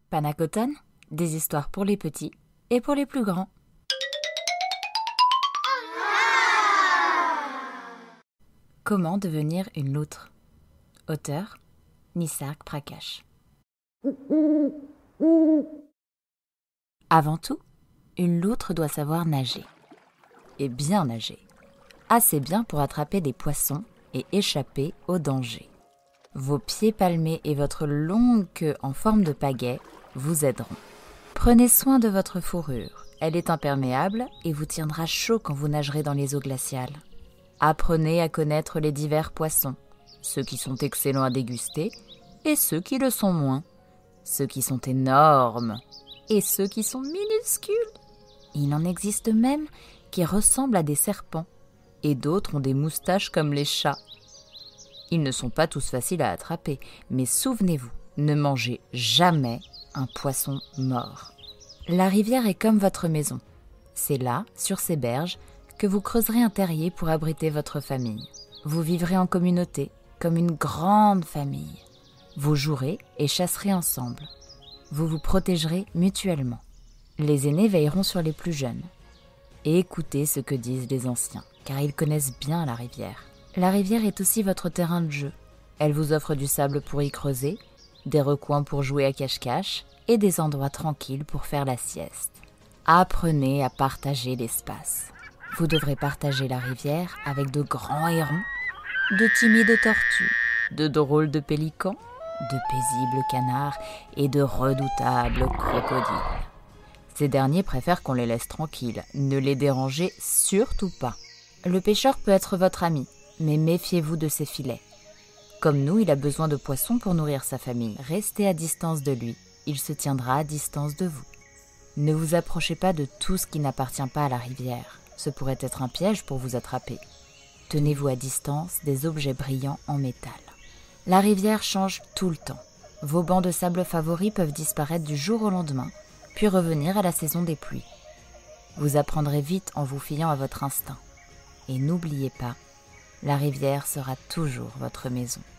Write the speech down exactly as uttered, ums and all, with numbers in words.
Panacotone, des histoires pour les petits et pour les plus grands. Comment devenir une loutre? Auteur Nisarg Prakash. Avant tout, une loutre doit savoir nager. Et bien nager. Assez bien pour attraper des poissons et échapper au danger. Vos pieds palmés et votre longue queue en forme de pagaie vous aideront. Prenez soin de votre fourrure. Elle est imperméable et vous tiendra chaud quand vous nagerez dans les eaux glaciales. Apprenez à connaître les divers poissons, ceux qui sont excellents à déguster et ceux qui le sont moins, ceux qui sont énormes et ceux qui sont minuscules. Il en existe même qui ressemblent à des serpents et d'autres ont des moustaches comme les chats. Ils ne sont pas tous faciles à attraper, mais souvenez-vous, ne mangez jamais un poisson mort. La rivière est comme votre maison. C'est là, sur ces berges, que vous creuserez un terrier pour abriter votre famille. Vous vivrez en communauté, comme une grande famille. Vous jouerez et chasserez ensemble. Vous vous protégerez mutuellement. Les aînés veilleront sur les plus jeunes. Et écoutez ce que disent les anciens, car ils connaissent bien la rivière. La rivière est aussi votre terrain de jeu. Elle vous offre du sable pour y creuser, des recoins pour jouer à cache-cache et des endroits tranquilles pour faire la sieste. Apprenez à partager l'espace. Vous devrez partager la rivière avec de grands hérons, de timides tortues, de drôles de pélicans, de paisibles canards et de redoutables crocodiles. Ces derniers préfèrent qu'on les laisse tranquilles. Ne les dérangez surtout pas. Le pêcheur peut être votre ami, mais méfiez-vous de ses filets. Comme nous, il a besoin de poissons pour nourrir sa famille. Restez à distance de lui. Il se tiendra à distance de vous. Ne vous approchez pas de tout ce qui n'appartient pas à la rivière. Ce pourrait être un piège pour vous attraper. Tenez-vous à distance des objets brillants en métal. La rivière change tout le temps. Vos bancs de sable favoris peuvent disparaître du jour au lendemain, puis revenir à la saison des pluies. Vous apprendrez vite en vous fiant à votre instinct. Et n'oubliez pas, la rivière sera toujours votre maison.